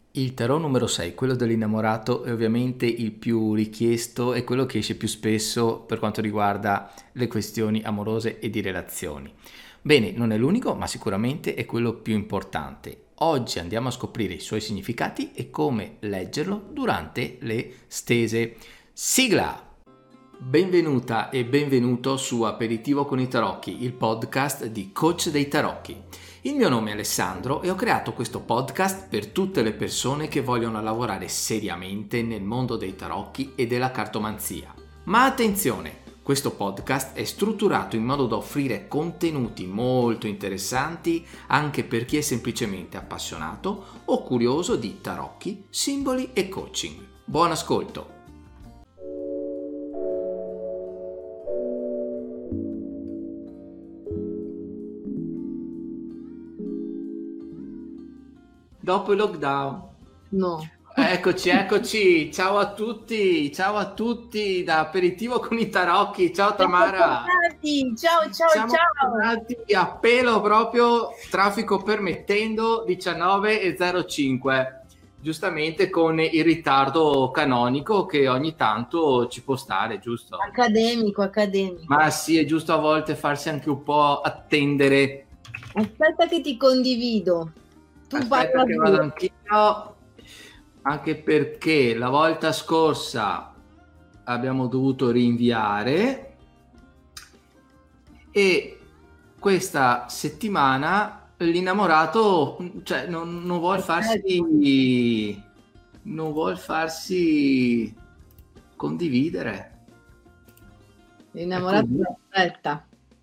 Il tarot numero 6, quello dell'innamorato, è ovviamente il più richiesto e quello che esce più spesso per quanto riguarda le questioni amorose e di relazioni. Bene, non è l'unico, ma sicuramente è quello più importante. Oggi andiamo a scoprire i suoi significati e come leggerlo durante le stese. Sigla! Benvenuta e benvenuto su Aperitivo con i Tarocchi, il podcast di Coach dei Tarocchi. Il mio nome è Alessandro e ho creato questo podcast per tutte le persone che vogliono lavorare seriamente nel mondo dei tarocchi e della cartomanzia. Ma attenzione, questo podcast è strutturato in modo da offrire contenuti molto interessanti anche per chi è semplicemente appassionato o curioso di tarocchi, simboli e coaching. Buon ascolto! Dopo il lockdown. No. Eccoci, ciao a tutti da Aperitivo con i Tarocchi, ciao Tamara. Ciao. Siamo tornati a pelo proprio, traffico permettendo, 19:05, giustamente con il ritardo canonico che ogni tanto ci può stare, giusto? Accademico. Ma sì, è giusto a volte farsi anche un po' attendere. Aspetta che ti condivido. Aspetta che vado anch'io, anche perché la volta scorsa abbiamo dovuto rinviare e questa settimana l'innamorato, cioè, non vuol farsi condividere. L'innamorato aspetta.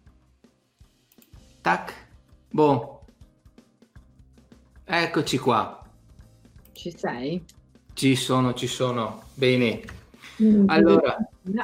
Tac, boh. Eccoci qua. Ci sei? Ci sono. Bene. Allora,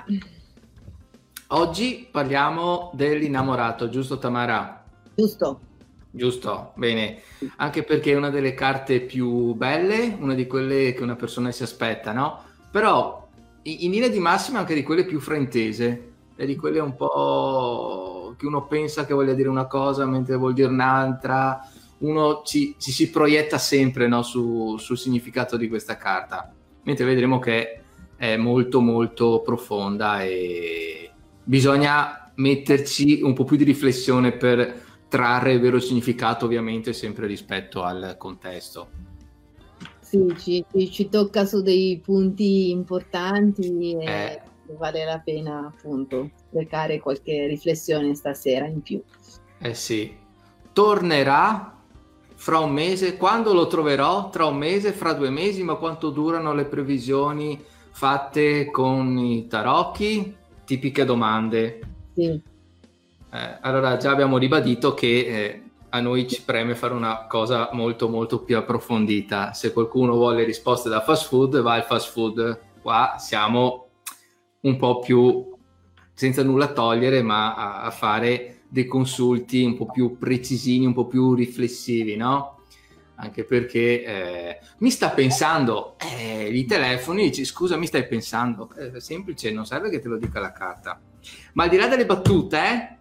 oggi parliamo dell'innamorato, giusto Tamara? Giusto, bene. Anche perché è una delle carte più belle, una di quelle che una persona si aspetta, no? Però in linea di massima anche di quelle più fraintese, e di quelle un po' che uno pensa che voglia dire una cosa mentre vuol dire un'altra. Uno ci si proietta sempre, no, sul significato di questa carta, mentre vedremo che è molto molto profonda e bisogna metterci un po' più di riflessione per trarre il vero significato, ovviamente sempre rispetto al contesto. Sì, ci tocca su dei punti importanti e vale la pena appunto sprecare qualche riflessione stasera in più. Sì, tornerà fra un mese. Quando lo troverò? Tra un mese, fra 2 mesi? Ma quanto durano le previsioni fatte con i tarocchi? Tipiche domande. Sì. Allora già abbiamo ribadito che a noi ci preme fare una cosa molto molto più approfondita. Se qualcuno vuole risposte da fast food, va al fast food. Qua siamo un po' più, senza nulla togliere, ma a fare dei consulti un po' più precisini, un po' più riflessivi, no? Anche perché mi sta pensando, i telefoni, dici, scusa, mi stai pensando? È semplice, non serve che te lo dica la carta. Ma al di là delle battute,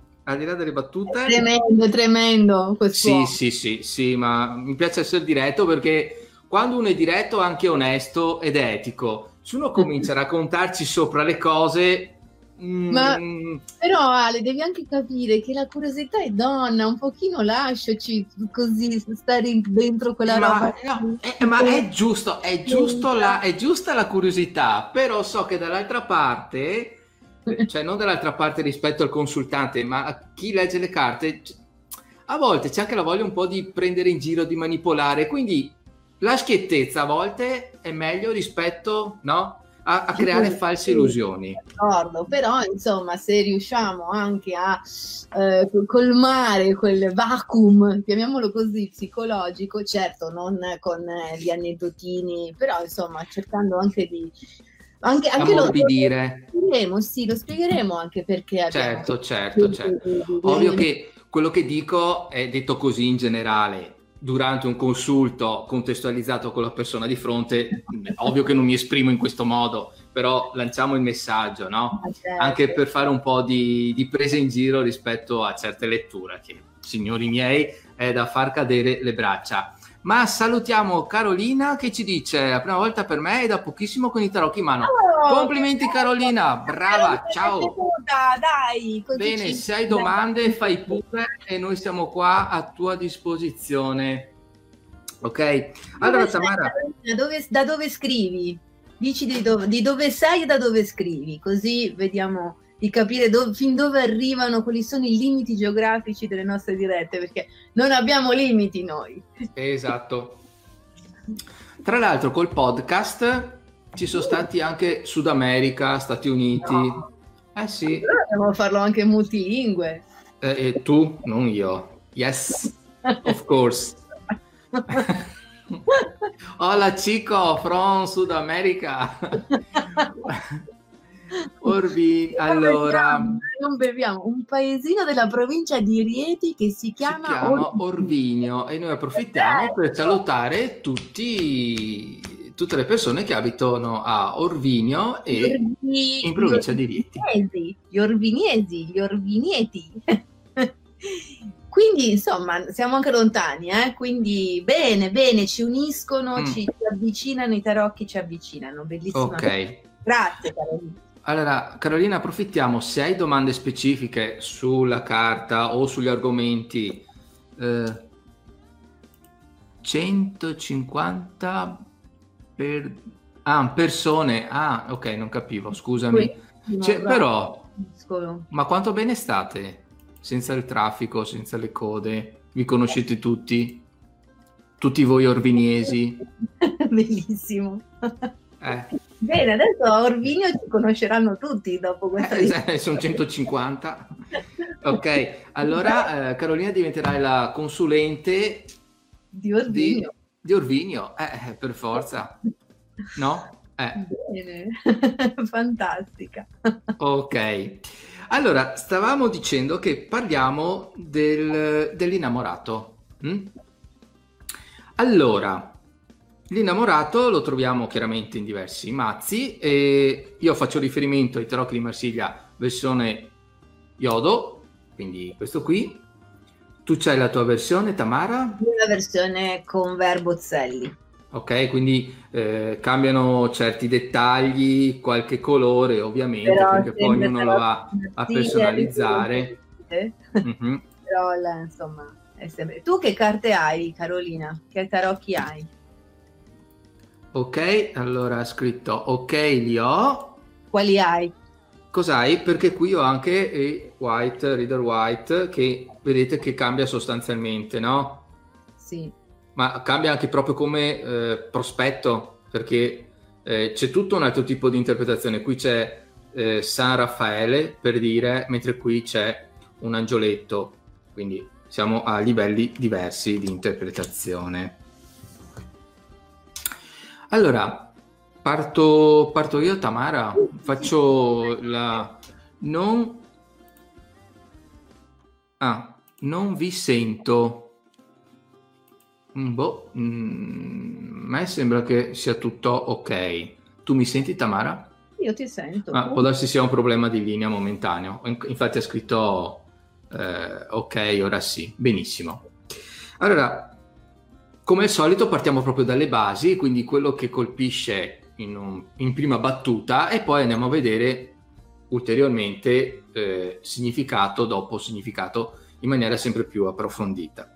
Tremendo questo. Sì, ma mi piace essere diretto, perché quando uno è diretto è anche onesto ed etico. Se uno comincia a raccontarci sopra le cose... Ma però Ale, devi anche capire che la curiosità è donna, un pochino lasciaci così stare dentro quella roba. Ma è giusta la curiosità, però so che dall'altra parte, cioè non dall'altra parte rispetto al consultante, ma a chi legge le carte, a volte c'è anche la voglia un po' di prendere in giro, di manipolare, quindi la schiettezza a volte è meglio rispetto, no? A creare false illusioni. D'accordo, però insomma se riusciamo anche a colmare quel vacuum, chiamiamolo così, psicologico, certo non con gli aneddotini, però insomma cercando anche di ammorbidire. Lo spiegheremo anche perché certo. Ovvio che quello che dico è detto così in generale. Durante un consulto contestualizzato con la persona di fronte, ovvio che non mi esprimo in questo modo, però lanciamo il messaggio, no? Certo. Anche per fare un po' di presa in giro rispetto a certe letture che, signori miei, è da far cadere le braccia. Ma salutiamo Carolina che ci dice la prima volta per me e da pochissimo con i tarocchi in mano. Oh, Complimenti Carolina, brava, Carolina, ciao. benvenuta, dai, così Bene, se hai domande fai pure e noi siamo qua a tua disposizione. Ok? Allora Tamara, da dove scrivi? Dici di dove sei e da dove scrivi, così vediamo di capire fin dove arrivano, quali sono i limiti geografici delle nostre dirette, perché non abbiamo limiti noi. esatto. Tra l'altro col podcast ci sono stati anche Sud America, Stati Uniti. No. Sì. Allora dobbiamo farlo anche multilingue. E tu, non io. Yes, of course. Hola chico from Sud America. Allora non beviamo un paesino della provincia di Rieti che si chiama Orvinio e noi approfittiamo per salutare tutte le persone che abitano a Orvinio e in provincia di Rieti. Gli orviniesi, gli orvinieti. Quindi insomma siamo anche lontani, quindi bene, ci uniscono, ci avvicinano, i tarocchi ci avvicinano, bellissimo. Ok. Grazie Carolina. Allora Carolina, approfittiamo, se hai domande specifiche sulla carta o sugli argomenti 150 persone, ok, non capivo, scusami. Però, ma quanto bene state? Senza il traffico, senza le code, vi conoscete tutti? Tutti voi orviniesi? Bellissimo. Bene, adesso a Orvinio ci conosceranno tutti dopo questa sono 150. Ok, allora Carolina diventerai la consulente di Orvinio. Di Orvinio, per forza. No? Bene, fantastica. Ok, allora stavamo dicendo che parliamo dell'innamorato. Allora, l'innamorato lo troviamo chiaramente in diversi mazzi e io faccio riferimento ai tarocchi di Marsiglia versione Yodo, quindi questo qui. Tu c'hai la tua versione, Tamara? La versione con Verbozzelli. Ok, quindi cambiano certi dettagli, qualche colore ovviamente, perché poi ognuno lo va a personalizzare. Però insomma è sempre... Tu che carte hai, Carolina? Che tarocchi hai? Ok, allora ha scritto ok, li ho. Quali hai? Cos'hai? Perché qui ho anche Reader White, che vedete che cambia sostanzialmente, no? Sì. Ma cambia anche proprio come prospetto, perché c'è tutto un altro tipo di interpretazione. Qui c'è San Raffaele, per dire, mentre qui c'è un angioletto, quindi siamo a livelli diversi di interpretazione. Allora, parto io, Tamara, faccio la... Non vi sento. A me sembra che sia tutto ok. Tu mi senti, Tamara? Io ti sento. Può darsi sia un problema di linea momentaneo. Infatti ha scritto ok, ora sì. Benissimo. Allora, come al solito partiamo proprio dalle basi, quindi quello che colpisce in prima battuta e poi andiamo a vedere ulteriormente significato dopo significato in maniera sempre più approfondita.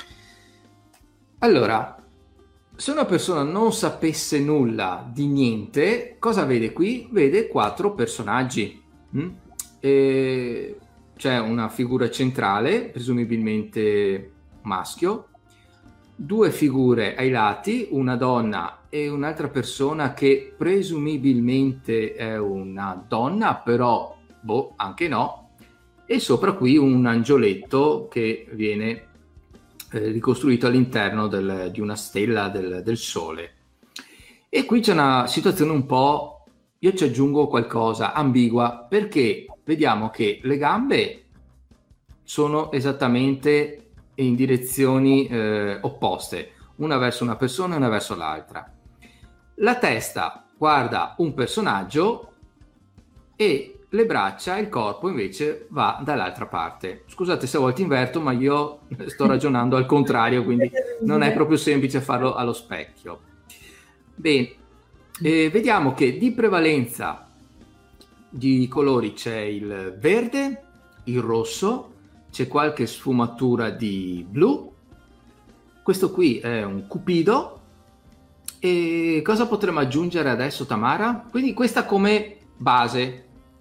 Allora, se una persona non sapesse nulla di niente, cosa vede qui? Vede 4 personaggi. C'è una figura centrale, presumibilmente maschio, 2 figure ai lati, una donna e un'altra persona che presumibilmente è una donna, però anche no, e sopra qui un angioletto che viene ricostruito all'interno di una stella del Sole. E qui c'è una situazione un po', io ci aggiungo qualcosa, ambigua, perché vediamo che le gambe sono esattamente in direzioni opposte, una verso una persona e una verso l'altra. La testa guarda un personaggio e le braccia e il corpo invece va dall'altra parte. Scusate se a volte inverto, ma io sto ragionando al contrario, quindi non è proprio semplice farlo allo specchio. Bene, vediamo che di prevalenza di colori c'è il verde, il rosso, c'è qualche sfumatura di blu. Questo qui è un cupido. E cosa potremmo aggiungere adesso, Tamara? Quindi questa come base.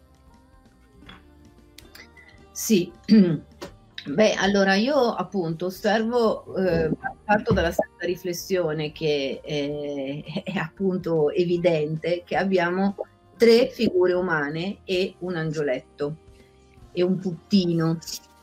Sì, beh, allora io appunto parto dalla stessa riflessione che è appunto evidente che abbiamo 3 figure umane e un angioletto e un puttino.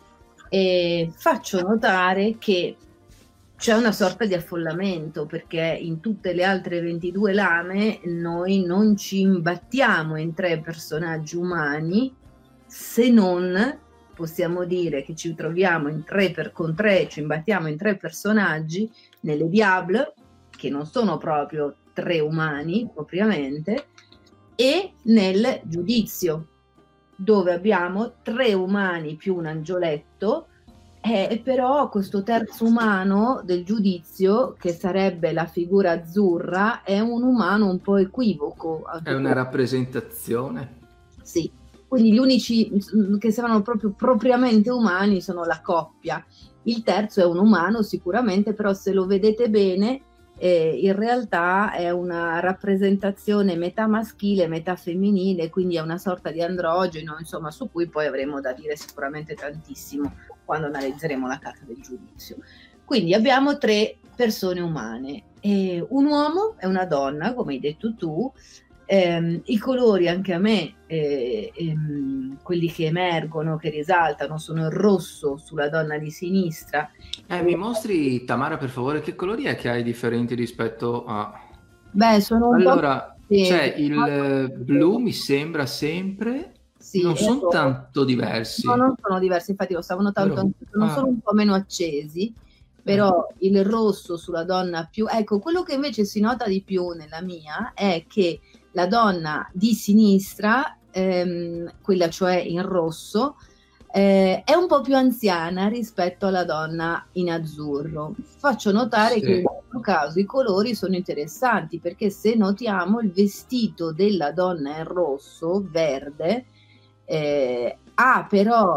E faccio notare che c'è una sorta di affollamento, perché in tutte le altre 22 lame noi non ci imbattiamo in 3 personaggi umani, se non possiamo dire che ci troviamo in 3 con 3, ci imbattiamo in 3 personaggi nelle Diable, che non sono proprio 3 umani propriamente, e nel Giudizio, dove abbiamo 3 umani più un angioletto. Però questo terzo umano del Giudizio, che sarebbe la figura azzurra, è un umano un po' equivoco. È una rappresentazione. Sì, quindi gli unici che sembrano proprio propriamente umani sono la coppia. Il terzo è un umano sicuramente, però se lo vedete bene, in realtà è una rappresentazione metà maschile, metà femminile, quindi è una sorta di androgeno, insomma, su cui poi avremo da dire sicuramente tantissimo quando analizzeremo la carta del Giudizio. Quindi abbiamo 3 persone umane, un uomo e una donna, come hai detto tu. I colori anche a me, quelli che emergono, che risaltano, sono il rosso sulla donna di sinistra. Mi mostri, Tamara, per favore, che colori è che hai differenti rispetto a... Beh, sono un allora, po'... c'è il blu, mi sembra sempre... Sì, non sono tanto diversi. No, non sono diversi, infatti lo stavo notando anche, sono un po' meno accesi, però il rosso sulla donna più... Ecco, quello che invece si nota di più nella mia è che la donna di sinistra, quella cioè in rosso, è un po' più anziana rispetto alla donna in azzurro. Faccio notare che in questo caso i colori sono interessanti, perché se notiamo il vestito della donna in rosso, verde, ha però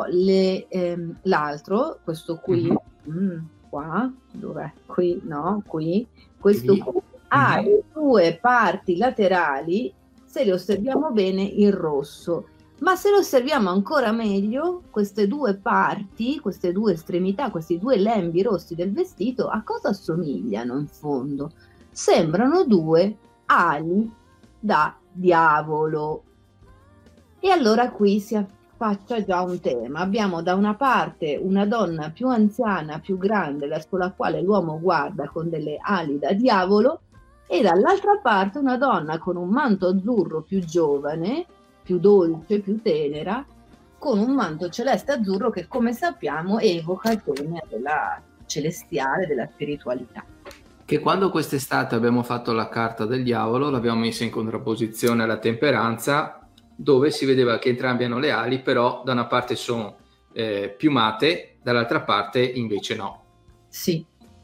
l'altro, questo qui, qua, dov'è? Qui, no, qui, questo qui, ha le 2 parti laterali, se le osserviamo bene, in rosso. Ma se lo osserviamo ancora meglio, queste 2 parti, queste 2 estremità, questi 2 lembi rossi del vestito, a cosa assomigliano in fondo? Sembrano 2 ali da diavolo. E allora qui si affaccia già un tema. Abbiamo da una parte una donna più anziana, più grande, verso la quale l'uomo guarda con delle ali da diavolo, e dall'altra parte una donna con un manto azzurro più giovane, più dolce, più tenera, con un manto celeste azzurro che, come sappiamo, evoca il tema della celestiale, della spiritualità. Che quando quest'estate abbiamo fatto la carta del diavolo, l'abbiamo messa in contrapposizione alla temperanza, dove si vedeva che entrambi hanno le ali, però da una parte sono piumate, dall'altra parte invece no. Sì.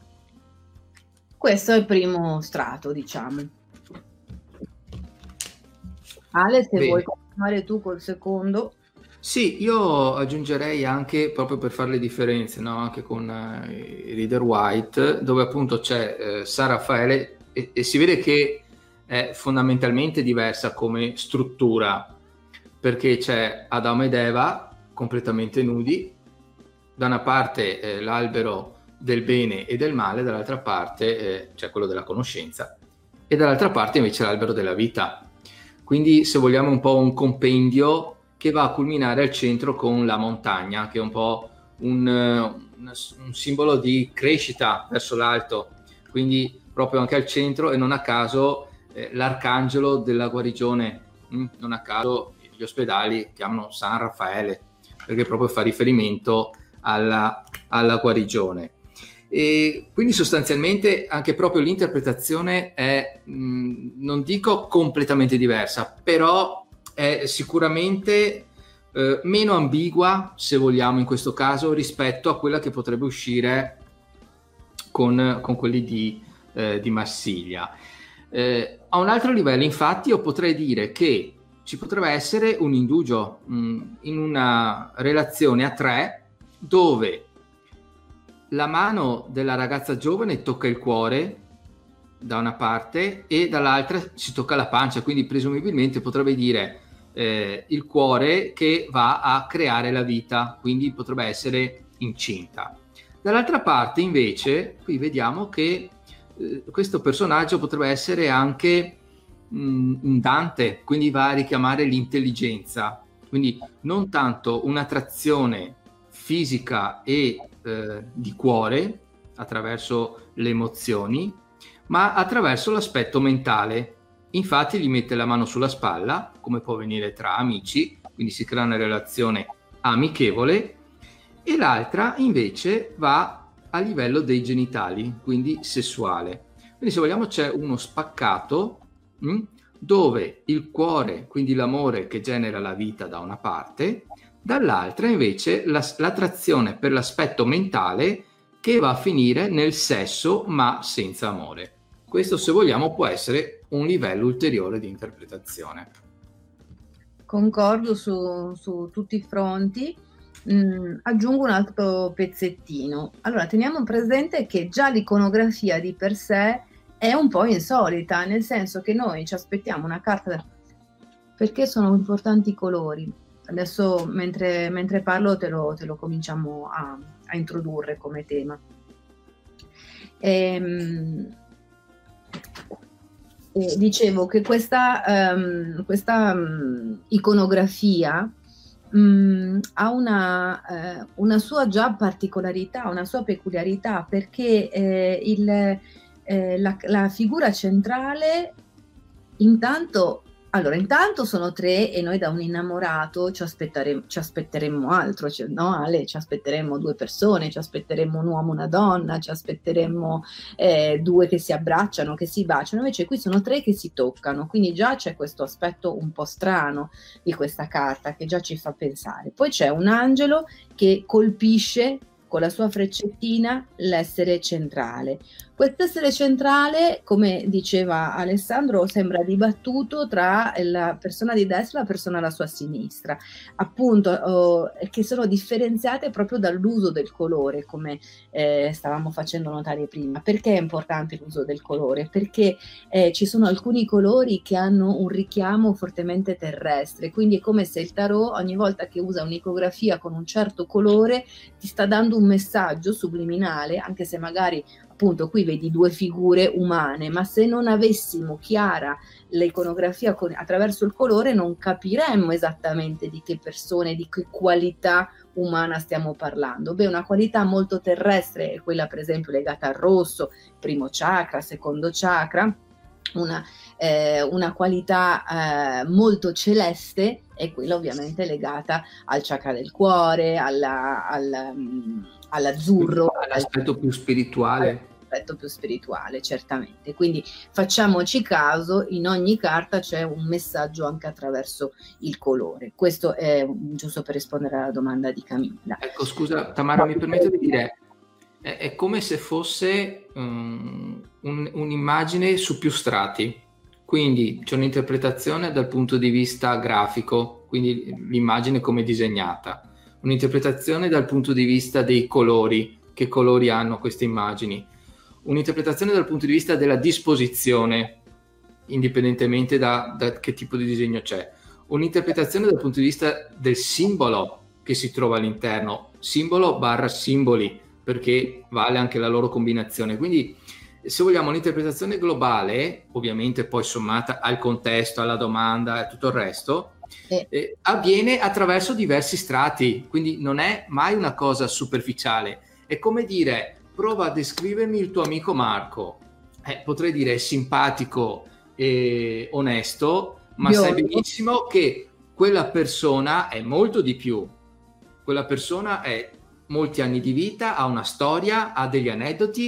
Questo è il primo strato, diciamo. Ale, se vuoi continuare tu col secondo. Sì, io aggiungerei anche, proprio per fare le differenze, no? Anche con i Rider White, dove appunto c'è San Raffaele e si vede che è fondamentalmente diversa come struttura, perché c'è Adamo ed Eva completamente nudi, da una parte l'albero del bene e del male, dall'altra parte c'è quello della conoscenza, e dall'altra parte invece l'albero della vita. Quindi, se vogliamo, un po' un compendio che va a culminare al centro con la montagna, che è un po' un simbolo di crescita verso l'alto, quindi proprio anche al centro, e non a caso l'arcangelo della guarigione, non a caso gli ospedali chiamano San Raffaele, perché proprio fa riferimento alla guarigione. E quindi sostanzialmente anche proprio l'interpretazione è, non dico completamente diversa, però è sicuramente meno ambigua, se vogliamo, in questo caso, rispetto a quella che potrebbe uscire con quelli di Marsiglia. A un altro livello, infatti, io potrei dire che ci potrebbe essere un indugio in una relazione a tre, dove la mano della ragazza giovane tocca il cuore da una parte e dall'altra si tocca la pancia, quindi presumibilmente potrebbe dire il cuore che va a creare la vita, quindi potrebbe essere incinta. Dall'altra parte invece qui vediamo che questo personaggio potrebbe essere anche un Dante, quindi va a richiamare l'intelligenza, quindi non tanto un'attrazione fisica e di cuore attraverso le emozioni, ma attraverso l'aspetto mentale. Infatti gli mette la mano sulla spalla, come può avvenire tra amici, quindi si crea una relazione amichevole, e l'altra invece va a livello dei genitali, quindi sessuale. Quindi se vogliamo c'è uno spaccato dove il cuore, quindi l'amore che genera la vita da una parte, dall'altra invece l'attrazione per l'aspetto mentale che va a finire nel sesso ma senza amore. Questo, se vogliamo, può essere un livello ulteriore di interpretazione. Concordo su tutti i fronti. Aggiungo un altro pezzettino. Allora, teniamo presente che già l'iconografia di per sé è un po' insolita, nel senso che noi ci aspettiamo una carta. Perché sono importanti i colori? Adesso, mentre parlo, te lo cominciamo a introdurre come tema. Dicevo che questa iconografia ha una sua già particolarità, una sua peculiarità, perché la figura centrale intanto sono tre e noi da un innamorato ci aspetteremmo altro, no Ale? Ci aspetteremmo due persone, ci aspetteremmo un uomo e una donna, ci aspetteremmo due che si abbracciano, che si baciano, invece qui sono tre che si toccano, quindi già c'è questo aspetto un po' strano di questa carta che già ci fa pensare. Poi c'è un angelo che colpisce con la sua freccettina l'essere centrale. Quest'essere centrale, come diceva Alessandro, sembra dibattuto tra la persona di destra e la persona alla sua sinistra, appunto, che sono differenziate proprio dall'uso del colore, come stavamo facendo notare prima. Perché è importante l'uso del colore? Perché ci sono alcuni colori che hanno un richiamo fortemente terrestre, quindi è come se il tarot, ogni volta che usa un'icografia con un certo colore, ti sta dando un messaggio subliminale, anche se magari appunto qui vedi due figure umane, ma se non avessimo chiara l'iconografia attraverso il colore non capiremmo esattamente di che persone, di che qualità umana stiamo parlando. Beh, una qualità molto terrestre è quella per esempio legata al rosso, primo chakra, secondo chakra. Una qualità molto celeste è quella ovviamente legata al chakra del cuore, all'azzurro, all'aspetto più spirituale. All'aspetto più spirituale, certamente. Quindi facciamoci caso, in ogni carta c'è un messaggio anche attraverso il colore. Questo è giusto per rispondere alla domanda di Camilla. Ecco, scusa Tamara, mi permetto di dire, è come se fosse un'immagine su più strati, quindi c'è un'interpretazione dal punto di vista grafico, quindi l'immagine come disegnata, un'interpretazione dal punto di vista dei colori, che colori hanno queste immagini, un'interpretazione dal punto di vista della disposizione, indipendentemente da che tipo di disegno c'è, un'interpretazione dal punto di vista del simbolo che si trova all'interno, simbolo / simboli, perché vale anche la loro combinazione. Quindi se vogliamo un'interpretazione globale, ovviamente poi sommata al contesto, alla domanda e tutto il resto, avviene attraverso diversi strati, quindi non è mai una cosa superficiale. È come dire, prova a descrivermi il tuo amico Marco. Potrei dire simpatico e onesto, ma sai benissimo che quella persona è molto di più. Quella persona è molti anni di vita, ha una storia, ha degli aneddoti,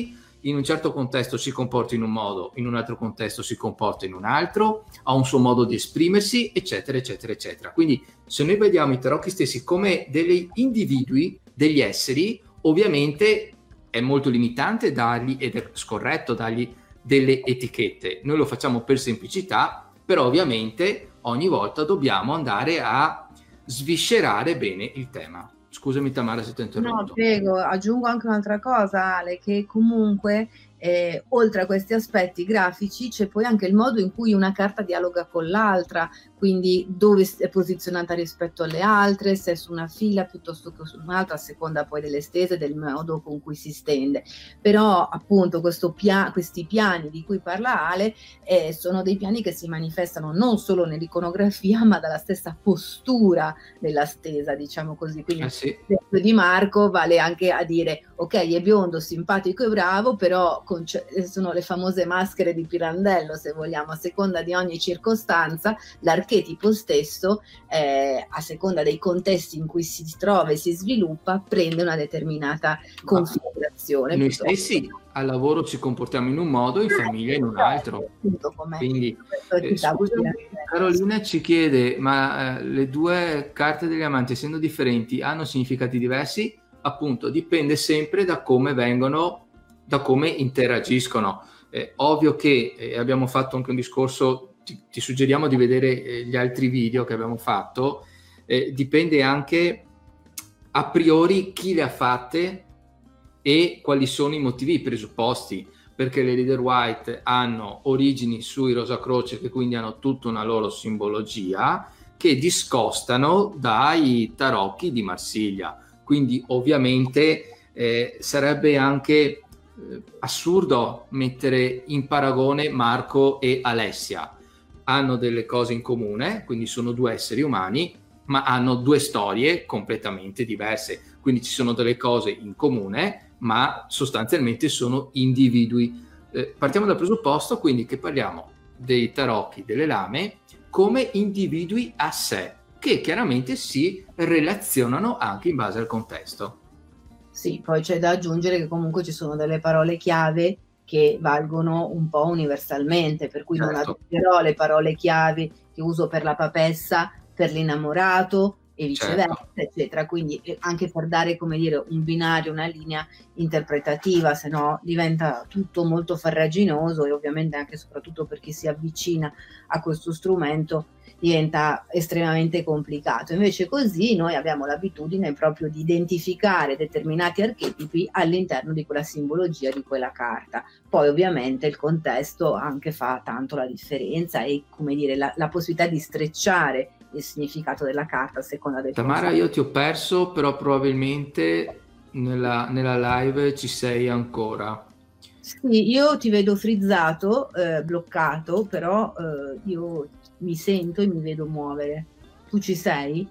in un certo contesto si comporta in un modo, in un altro contesto si comporta in un altro, ha un suo modo di esprimersi, eccetera, eccetera, eccetera. Quindi se noi vediamo i tarocchi stessi come degli individui, degli esseri, ovviamente è molto limitante dargli, ed è scorretto dargli delle etichette. Noi lo facciamo per semplicità, però ovviamente ogni volta dobbiamo andare a sviscerare bene il tema. Scusami Tamara se ti ho No, interrotto. prego, aggiungo anche un'altra cosa, Ale, che comunque oltre a questi aspetti grafici c'è poi anche il modo in cui una carta dialoga con l'altra, quindi dove è posizionata rispetto alle altre, se è su una fila piuttosto che su un'altra, a seconda poi delle stese, del modo con cui si stende. Però appunto questi piani di cui parla Ale sono dei piani che si manifestano non solo nell'iconografia, ma dalla stessa postura della stesa, diciamo così. Quindi Sì. l'esempio di Marco vale anche a dire ok, è biondo, simpatico e bravo, però sono le famose maschere di Pirandello, se vogliamo, a seconda di ogni circostanza l'archetipo stesso, a seconda dei contesti in cui si trova e si sviluppa, prende una determinata configurazione. Noi stessi al lavoro ci comportiamo in un modo, in famiglia in un altro. Quindi scusami, Carolina ci chiede, ma le due carte degli amanti, essendo differenti, hanno significati diversi? Appunto, dipende sempre da come vengono, da come interagiscono. Ovvio che abbiamo fatto anche un discorso, ti suggeriamo di vedere gli altri video che abbiamo fatto, dipende anche a priori chi le ha fatte e quali sono i motivi, i presupposti, perché le Rider White hanno origini sui Rosacroce, che quindi hanno tutta una loro simbologia, che discostano dai tarocchi di Marsiglia. Quindi ovviamente sarebbe anche assurdo mettere in paragone Marco e Alessia. Hanno delle cose in comune, quindi sono due esseri umani, ma hanno due storie completamente diverse. Quindi ci sono delle cose in comune, ma sostanzialmente sono individui. Partiamo dal presupposto quindi che parliamo dei tarocchi delle lame come individui a sé, che chiaramente si relazionano anche in base al contesto. Sì, poi c'è da aggiungere che comunque ci sono delle parole chiave che valgono un po' universalmente, per cui non aggiungerò le parole chiave che uso per la papessa, per l'innamorato e viceversa, eccetera. Quindi anche per dare, come dire, un binario, una linea interpretativa, se no diventa tutto molto farraginoso e ovviamente anche soprattutto per chi si avvicina a questo strumento diventa estremamente complicato. Invece così noi abbiamo l'abitudine proprio di identificare determinati archetipi all'interno di quella simbologia di quella carta. Poi ovviamente il contesto anche fa tanto la differenza e, come dire, la possibilità di strecciare il significato della carta a seconda del Tamara, io ti ho perso, però probabilmente nella live ci sei ancora. Sì, io ti vedo frizzato, bloccato, però io mi sento e mi vedo muovere. Tu ci sei?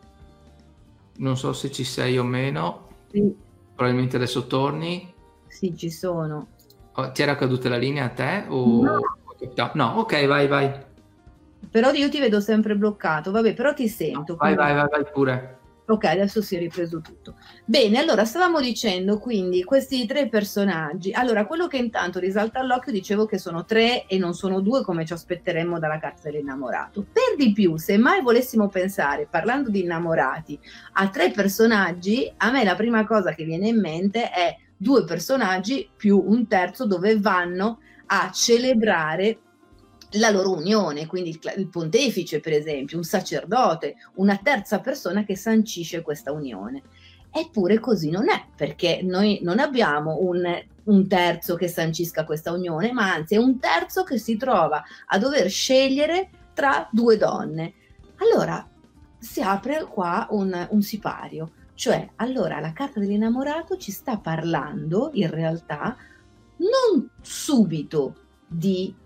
Non so se ci sei o meno. Sì. Probabilmente adesso torni. Sì, ci sono. Ti era caduta la linea a te? O... No, ok, vai. Però io ti vedo sempre bloccato, vabbè, però ti sento. Vai pure. Ok, adesso si è ripreso tutto. Bene, allora stavamo dicendo quindi questi tre personaggi. Allora, quello che intanto risalta all'occhio, dicevo che sono tre e non sono due come ci aspetteremmo dalla carta dell'innamorato. Per di più, se mai volessimo pensare, parlando di innamorati, a tre personaggi, a me la prima cosa che viene in mente è due personaggi più un terzo dove vanno a celebrare la loro unione, quindi il pontefice per esempio, un sacerdote, una terza persona che sancisce questa unione. Eppure così non è, perché noi non abbiamo un terzo che sancisca questa unione, ma anzi è un terzo che si trova a dover scegliere tra due donne. Allora si apre qua un sipario, cioè allora la carta dell'innamorato ci sta parlando in realtà non subito di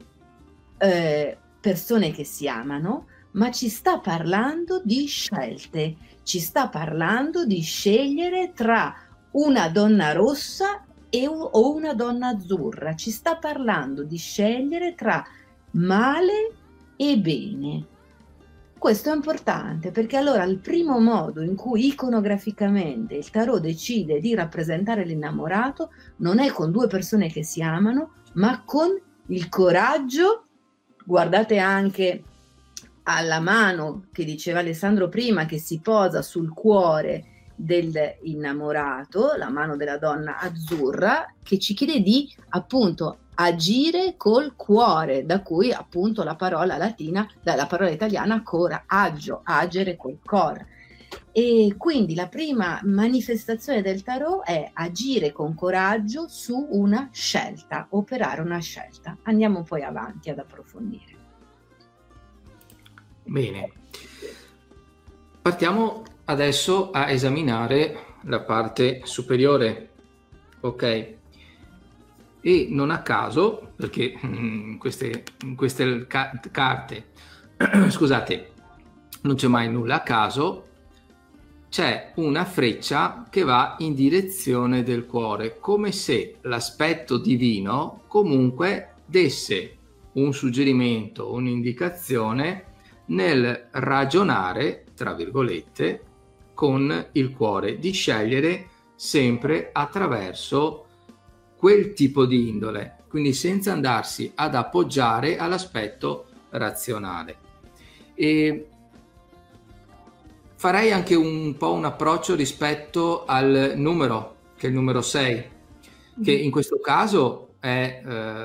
persone che si amano, ma ci sta parlando di scelte, ci sta parlando di scegliere tra una donna rossa o una donna azzurra, ci sta parlando di scegliere tra male e bene. Questo è importante perché allora il primo modo in cui iconograficamente il tarot decide di rappresentare l'innamorato non è con due persone che si amano, ma con il coraggio. Guardate anche alla mano che diceva Alessandro prima, che si posa sul cuore dell'innamorato, la mano della donna azzurra, che ci chiede di appunto agire col cuore, da cui appunto la parola latina, la parola italiana coraggio, agere col cor. E quindi la prima manifestazione del tarot è agire con coraggio su una scelta, operare una scelta. Andiamo poi avanti ad approfondire. Bene, partiamo adesso a esaminare la parte superiore, ok? E non a caso, perché in queste carte, scusate, non c'è mai nulla a caso, c'è una freccia che va in direzione del cuore, come se l'aspetto divino comunque desse un suggerimento, un'indicazione nel ragionare, tra virgolette, con il cuore, di scegliere sempre attraverso quel tipo di indole, quindi senza andarsi ad appoggiare all'aspetto razionale. E farei anche un po' un approccio rispetto al numero, che è il numero 6, che in questo caso è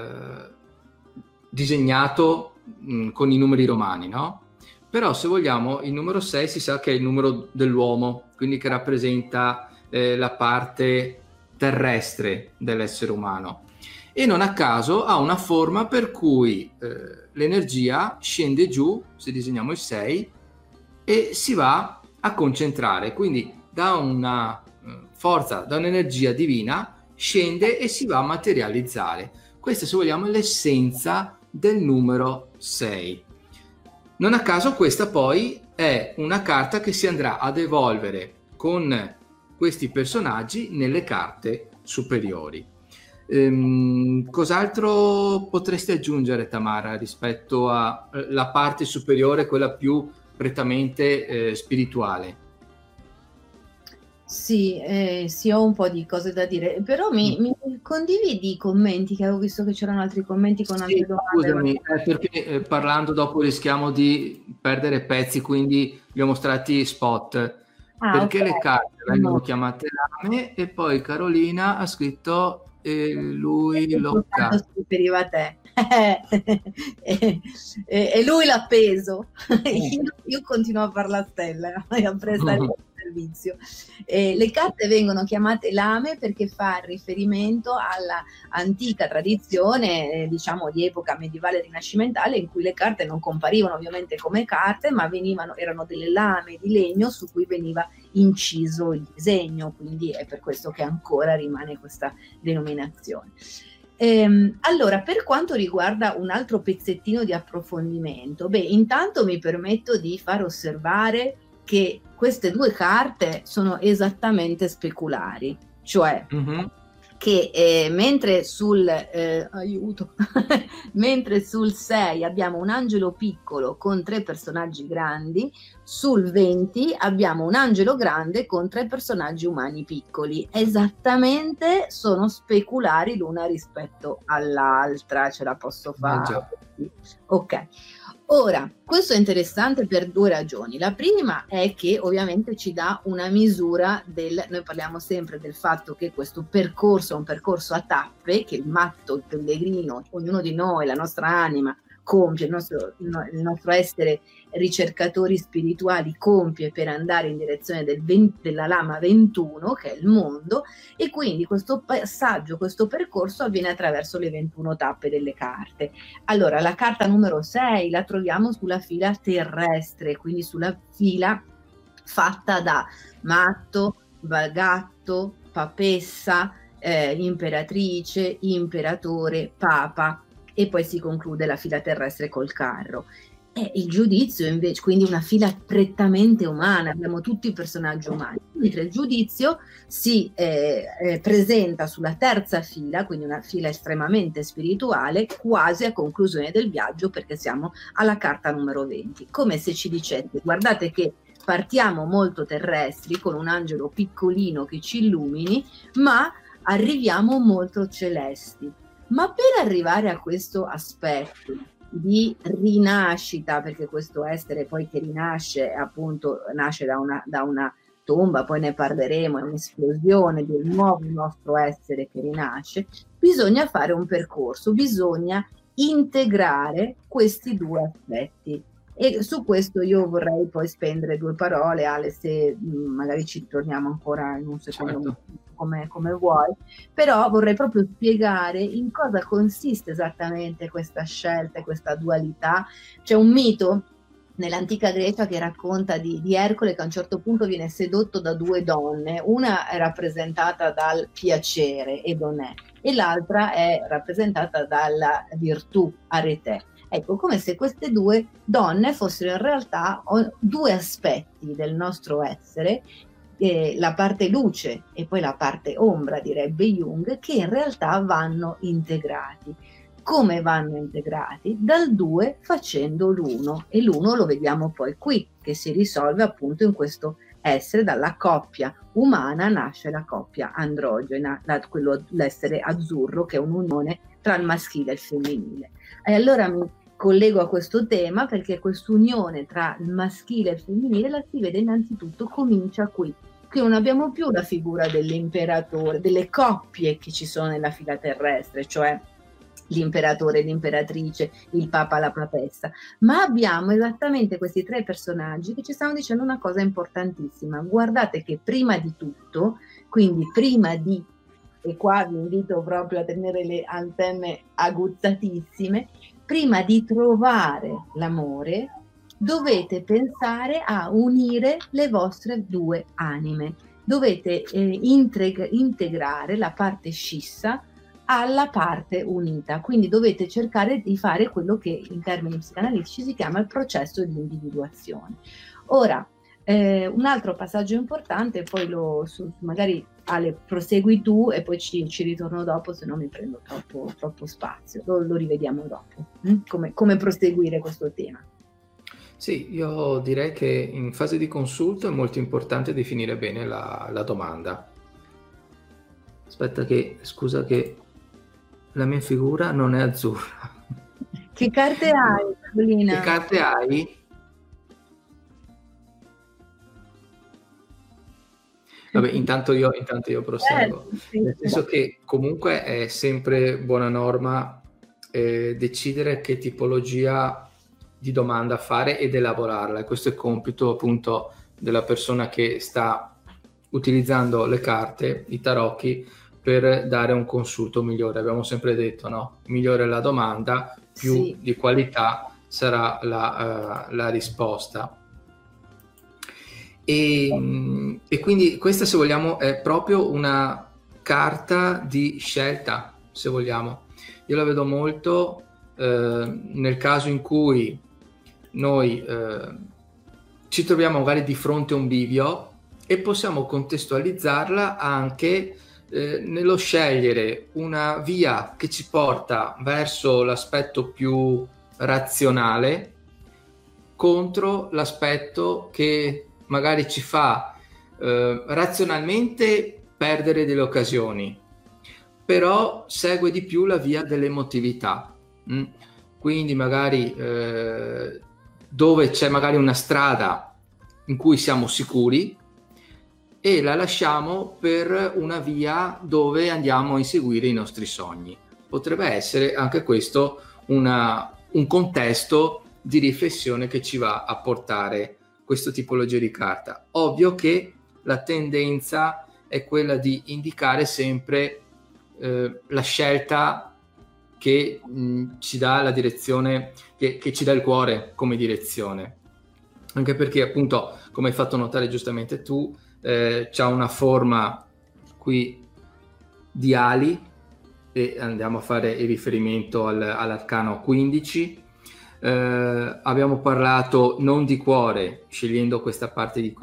disegnato con i numeri romani, no? Però se vogliamo il numero 6 si sa che è il numero dell'uomo, quindi che rappresenta la parte terrestre dell'essere umano, e non a caso ha una forma per cui l'energia scende giù, se disegniamo il 6, e si va a concentrare, quindi da una forza, da un'energia divina scende e si va a materializzare. Questa, se vogliamo, è l'essenza del numero 6. Non a caso questa poi è una carta che si andrà ad evolvere con questi personaggi nelle carte superiori. Cos'altro potresti aggiungere, Tamara, rispetto alla parte superiore, quella più prettamente spirituale? Sì, sì, ho un po' di cose da dire, però mi condividi i commenti, che avevo visto che c'erano altri commenti con altre domande. Scusami, perché parlando dopo rischiamo di perdere pezzi, quindi li ho mostrati spot. Perché okay. Le carte vengono chiamate lame e poi Carolina ha scritto lui lo riferiva a te. E lui l'ha appeso. Io continuo a fare la stella e a prestare il servizio. Le carte vengono chiamate lame perché fa riferimento alla antica tradizione, diciamo di epoca medievale rinascimentale, in cui le carte non comparivano ovviamente come carte, ma erano delle lame di legno su cui veniva inciso il disegno, quindi è per questo che ancora rimane questa denominazione. Allora, per quanto riguarda un altro pezzettino di approfondimento, intanto mi permetto di far osservare che queste due carte sono esattamente speculari, cioè che mentre sul mentre sul 6 abbiamo un angelo piccolo con 3 personaggi grandi, sul 20 abbiamo un angelo grande con 3 personaggi umani piccoli. Esattamente, sono speculari l'una rispetto all'altra, ce la posso fare? Ok. Ora, questo è interessante per 2 ragioni. La prima è che ovviamente ci dà una misura noi parliamo sempre del fatto che questo percorso è un percorso a tappe, che il matto, il pellegrino, ognuno di noi, la nostra anima, compie, il nostro essere ricercatori spirituali compie per andare in direzione della lama 21, che è il mondo, e quindi questo passaggio, questo percorso avviene attraverso le 21 tappe delle carte. Allora, la carta numero 6 la troviamo sulla fila terrestre, quindi sulla fila fatta da matto, gatto, papessa, imperatrice, imperatore, papa, e poi si conclude la fila terrestre col carro. E il giudizio invece, quindi una fila prettamente umana, abbiamo tutti i personaggi umani. mentre il giudizio si presenta sulla terza fila, quindi una fila estremamente spirituale, quasi a conclusione del viaggio, perché siamo alla carta numero 20, come se ci dicesse: guardate che partiamo molto terrestri con un angelo piccolino che ci illumini, ma arriviamo molto celesti. Ma per arrivare a questo aspetto di rinascita, perché questo essere poi che rinasce appunto nasce da una tomba, poi ne parleremo, è un'esplosione del nuovo nostro essere che rinasce, bisogna fare un percorso, bisogna integrare questi due aspetti. E su questo io vorrei poi spendere due parole, Ale, se magari ci torniamo ancora in un secondo, Certo. come vuoi, però vorrei proprio spiegare in cosa consiste esattamente questa scelta e questa dualità. C'è un mito nell'antica Grecia che racconta di Ercole che a un certo punto viene sedotto da due donne, una è rappresentata dal piacere, Edonè, e l'altra è rappresentata dalla virtù, Arete. Ecco, come se queste due donne fossero in realtà due aspetti del nostro essere, la parte luce e poi la parte ombra, direbbe Jung, che in realtà vanno integrati. Come vanno integrati? Dal due facendo l'uno, e l'uno lo vediamo poi qui, che si risolve appunto in questo essere. Dalla coppia umana nasce la coppia androgena, l'essere azzurro, che è un'unione tra il maschile e il femminile. E allora mi collego a questo tema perché quest'unione tra il maschile e il femminile la si vede innanzitutto, comincia qui. Qui non abbiamo più la figura dell'imperatore, delle coppie che ci sono nella fila terrestre, cioè l'imperatore e l'imperatrice, il papa e la papessa, ma abbiamo esattamente questi tre personaggi che ci stanno dicendo una cosa importantissima. Guardate che prima di tutto, quindi prima di, e qua vi invito proprio a tenere le antenne aguzzatissime, prima di trovare l'amore dovete pensare a unire le vostre due anime, dovete integrare la parte scissa alla parte unita, quindi dovete cercare di fare quello che in termini psicanalitici si chiama il processo di individuazione. Ora, un altro passaggio importante, poi magari Ale prosegui tu e poi ci ritorno dopo, se no mi prendo troppo spazio, lo rivediamo dopo, come proseguire questo tema. Sì, io direi che in fase di consulto è molto importante definire bene la domanda. Aspetta scusa che la mia figura non è azzurra. Che carte hai, Paolina? Che carte hai? Vabbè, intanto io proseguo. Sì. Nel senso che comunque è sempre buona norma decidere che tipologia di domanda fare ed elaborarla, e questo è compito appunto della persona che sta utilizzando le carte, i tarocchi, per dare un consulto migliore. Abbiamo sempre detto, no? Migliore la domanda, più sì, di qualità sarà la risposta. E quindi questa, se vogliamo, è proprio una carta di scelta, se vogliamo. Io la vedo molto nel caso in cui noi ci troviamo magari di fronte a un bivio e possiamo contestualizzarla anche nello scegliere una via che ci porta verso l'aspetto più razionale contro l'aspetto che magari ci fa razionalmente perdere delle occasioni, però segue di più la via dell'emotività. Quindi magari dove c'è magari una strada in cui siamo sicuri e la lasciamo per una via dove andiamo a inseguire i nostri sogni. Potrebbe essere anche questo un contesto di riflessione che ci va a portare questa tipologia di carta. Ovvio che la tendenza è quella di indicare sempre la scelta che ci dà la direzione, che ci dà il cuore come direzione, anche perché appunto, come hai fatto notare giustamente tu, c'ha una forma qui di ali, e andiamo a fare il riferimento all'arcano 15. Abbiamo parlato non di cuore, scegliendo questa parte di qui,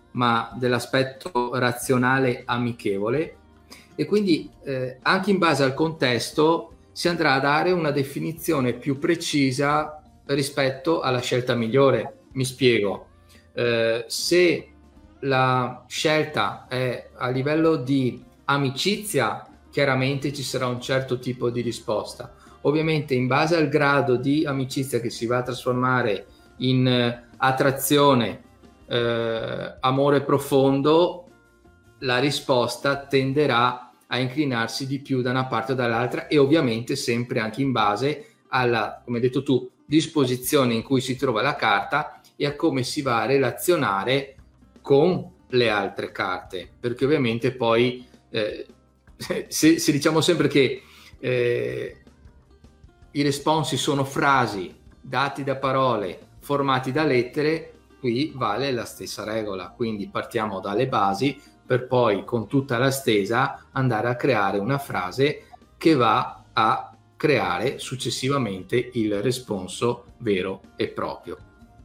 ma dell'aspetto razionale amichevole, e quindi anche in base al contesto si andrà a dare una definizione più precisa rispetto alla scelta migliore. Mi spiego. Se la scelta è a livello di amicizia, chiaramente ci sarà un certo tipo di risposta. Ovviamente in base al grado di amicizia che si va a trasformare in attrazione, amore profondo, la risposta tenderà a inclinarsi di più da una parte o dall'altra, e ovviamente sempre anche in base alla, come hai detto tu, disposizione in cui si trova la carta e a come si va a relazionare con le altre carte, perché ovviamente poi se diciamo sempre che i responsi sono frasi dati da parole formati da lettere, qui vale la stessa regola, quindi partiamo dalle basi per poi con tutta la stesa andare a creare una frase che va a creare successivamente il responso vero e proprio.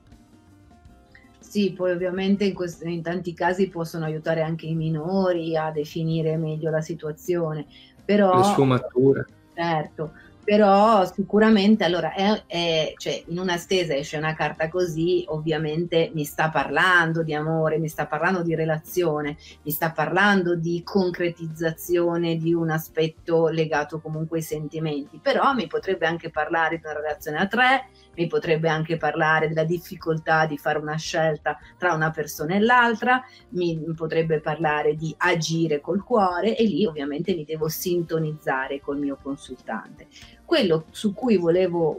Sì, poi ovviamente in tanti casi possono aiutare anche i minori a definire meglio la situazione, però Le sfumature. certo, però sicuramente allora cioè, in una stesa esce una carta così, ovviamente mi sta parlando di amore, mi sta parlando di relazione, mi sta parlando di concretizzazione di un aspetto legato comunque ai sentimenti, però mi potrebbe anche parlare di una relazione a tre, mi potrebbe anche parlare della difficoltà di fare una scelta tra una persona e l'altra, mi potrebbe parlare di agire col cuore, e lì ovviamente mi devo sintonizzare col mio consultante. Quello su cui volevo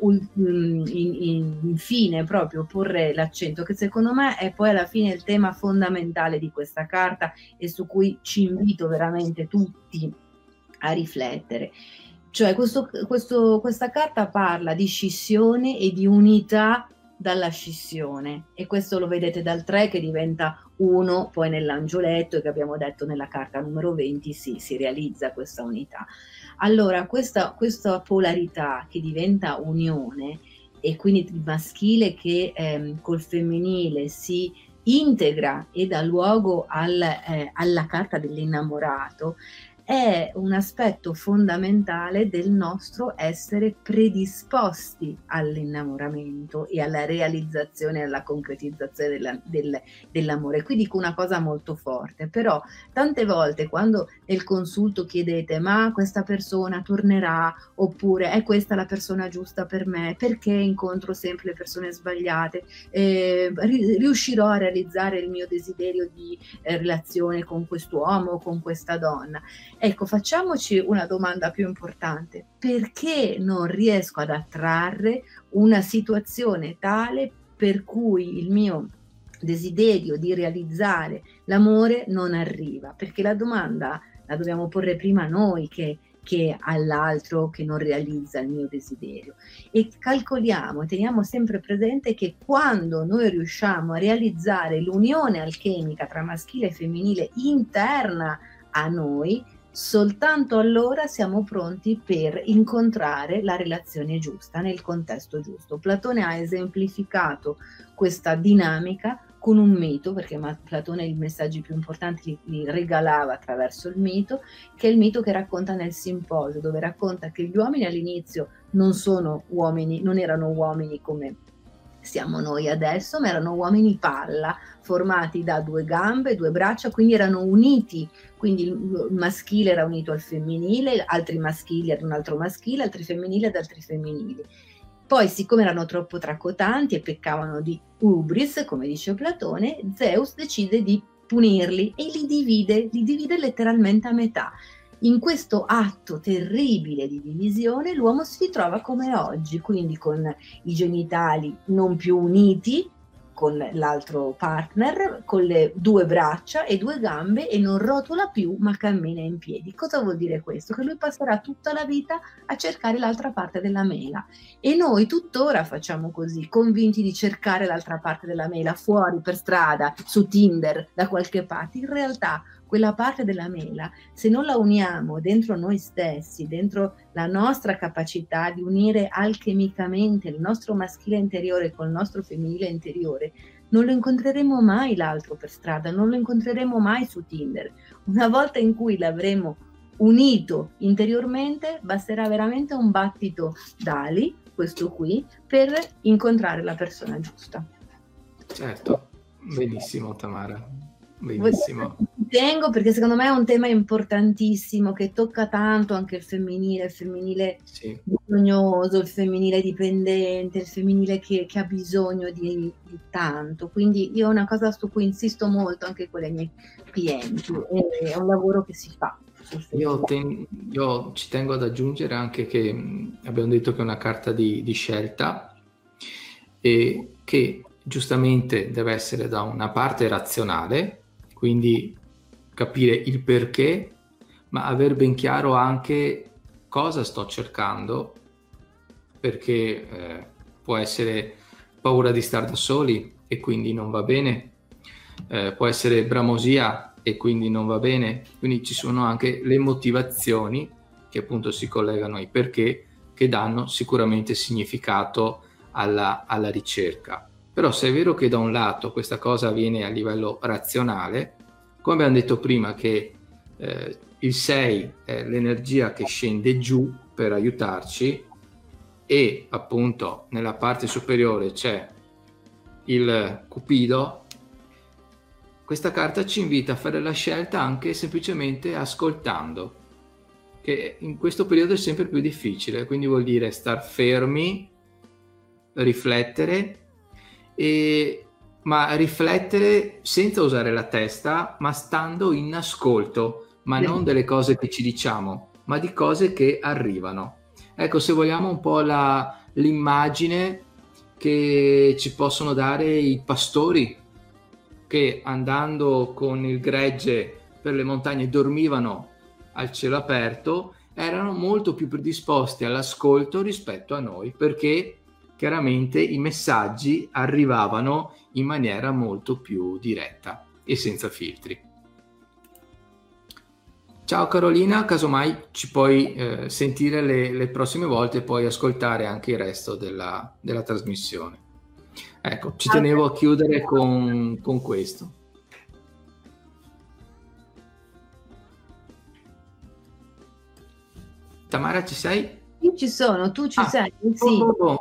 infine proprio porre l'accento, che secondo me è poi alla fine il tema fondamentale di questa carta e su cui ci invito veramente tutti a riflettere. Cioè questa carta parla di scissione e di unità dalla scissione, e questo lo vedete dal 3 che diventa 1 poi nell'angioletto, e che abbiamo detto nella carta numero 20 si realizza questa unità. Allora questa polarità che diventa unione, e quindi il maschile che col femminile si integra e dà luogo alla carta dell'innamorato, è un aspetto fondamentale del nostro essere predisposti all'innamoramento e alla realizzazione e alla concretizzazione dell'amore. Qui dico una cosa molto forte, però tante volte quando nel consulto chiedete ma questa persona tornerà, oppure è questa la persona giusta per me, perché incontro sempre le persone sbagliate, riuscirò a realizzare il mio desiderio di relazione con quest'uomo o con questa donna. Ecco, facciamoci una domanda più importante: perché non riesco ad attrarre una situazione tale per cui il mio desiderio di realizzare l'amore non arriva? Perché la domanda la dobbiamo porre prima noi che all'altro che non realizza il mio desiderio. E calcoliamo, teniamo sempre presente che quando noi riusciamo a realizzare l'unione alchemica tra maschile e femminile interna a noi, soltanto allora siamo pronti per incontrare la relazione giusta nel contesto giusto. Platone ha esemplificato questa dinamica con un mito, perché Platone i messaggi più importanti li regalava attraverso il mito, che è il mito che racconta nel Simposio, dove racconta che gli uomini all'inizio non erano uomini come siamo noi adesso, ma erano uomini palla, formati da 2 gambe, 2 braccia, quindi erano uniti, quindi il maschile era unito al femminile, altri maschili ad un altro maschile, altri femminili ad altri femminili. Poi, siccome erano troppo tracotanti e peccavano di ubris, come dice Platone, Zeus decide di punirli e li divide letteralmente a metà. In questo atto terribile di divisione l'uomo si ritrova come oggi, quindi con i genitali non più uniti con l'altro partner, con le 2 braccia e 2 gambe, e non rotola più ma cammina in piedi. Cosa vuol dire questo? Che lui passerà tutta la vita a cercare l'altra parte della mela, e noi tuttora facciamo così, convinti di cercare l'altra parte della mela fuori per strada, su Tinder, da qualche parte. In realtà quella parte della mela, se non la uniamo dentro noi stessi, dentro la nostra capacità di unire alchemicamente il nostro maschile interiore col nostro femminile interiore, non lo incontreremo mai l'altro per strada, non lo incontreremo mai su Tinder. Una volta in cui l'avremo unito interiormente, basterà veramente un battito d'ali, questo qui, per incontrare la persona giusta. Certo, benissimo Tamara, benissimo. Tengo perché secondo me è un tema importantissimo che tocca tanto anche il femminile sì, bisognoso, il femminile dipendente, il femminile che ha bisogno di tanto. Quindi io è una cosa su cui insisto molto anche con i miei clienti, è un lavoro che si fa. Io ci tengo ad aggiungere anche che abbiamo detto che è una carta di scelta e che giustamente deve essere da una parte razionale, quindi capire il perché, ma aver ben chiaro anche cosa sto cercando, perché può essere paura di stare da soli e quindi non va bene, può essere bramosia e quindi non va bene, quindi ci sono anche le motivazioni che appunto si collegano ai perché, che danno sicuramente significato alla ricerca. Però se è vero che da un lato questa cosa avviene a livello razionale, come abbiamo detto prima che il 6 è l'energia che scende giù per aiutarci e appunto nella parte superiore c'è il Cupido, questa carta ci invita a fare la scelta anche semplicemente ascoltando, che in questo periodo è sempre più difficile, quindi vuol dire star fermi, riflettere, ma riflettere senza usare la testa, ma stando in ascolto, ma non delle cose che ci diciamo, ma di cose che arrivano. Ecco, se vogliamo un po' l'immagine che ci possono dare i pastori che andando con il gregge per le montagne dormivano al cielo aperto, erano molto più predisposti all'ascolto rispetto a noi, perché chiaramente i messaggi arrivavano in maniera molto più diretta e senza filtri. Ciao Carolina, casomai ci puoi sentire le prossime volte e poi ascoltare anche il resto della trasmissione. Ecco, ci tenevo a chiudere con questo. Tamara, ci sei? Io ci sono, tu ci sei? Sì.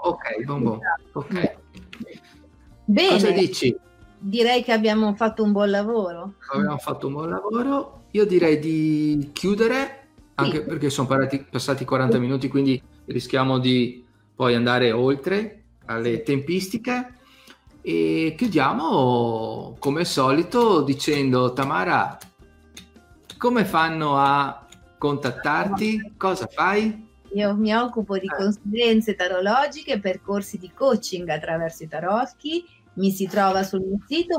Ok. Bene. Cosa dici? Direi che abbiamo fatto un buon lavoro. Abbiamo fatto un buon lavoro. Io direi di chiudere, anche perché sono passati 40 minuti, quindi rischiamo di poi andare oltre alle tempistiche. E chiudiamo come al solito dicendo: Tamara, come fanno a contattarti? Cosa fai? Io mi occupo di consulenze tarologiche, percorsi di coaching attraverso i tarocchi. Mi si trova sul mio sito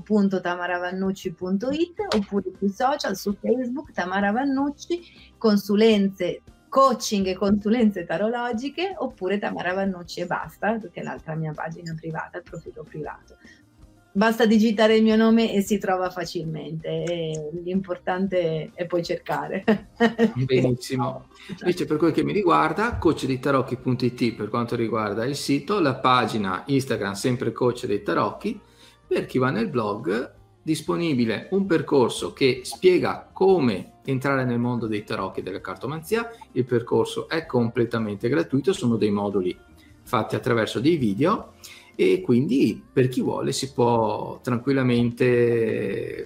www.tamaravannucci.it oppure sui social, su Facebook Tamara Vannucci, consulenze coaching e consulenze tarologiche, oppure Tamara Vannucci e basta, che è l'altra mia pagina privata, il profilo privato. Basta digitare il mio nome e si trova facilmente, e l'importante è poi cercare. Benissimo. Invece per quel che mi riguarda, coach dei tarocchi.it per quanto riguarda il sito, la pagina Instagram sempre coach dei tarocchi. Per chi va nel blog, disponibile un percorso che spiega come entrare nel mondo dei tarocchi e della cartomanzia. Il percorso è completamente gratuito, sono dei moduli fatti attraverso dei video e quindi per chi vuole si può tranquillamente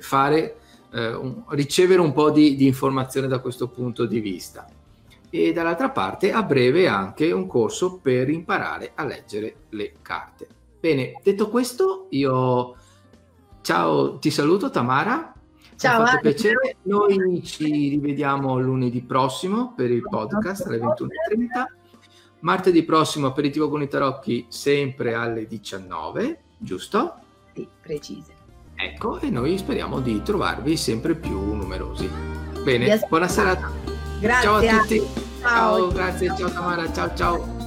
ricevere un po' di informazione da questo punto di vista. E dall'altra parte a breve anche un corso per imparare a leggere le carte. Bene, detto questo, io ti saluto Tamara. Ciao, mi ha fatto piacere. Noi ci rivediamo lunedì prossimo per il podcast alle 21:30. Martedì prossimo aperitivo con i tarocchi sempre alle 19, giusto? Sì, precise. Ecco, e noi speriamo di trovarvi sempre più numerosi. Bene, buona serata. Grazie. Ciao a tutti. Ciao, grazie, ciao Tamara, ciao.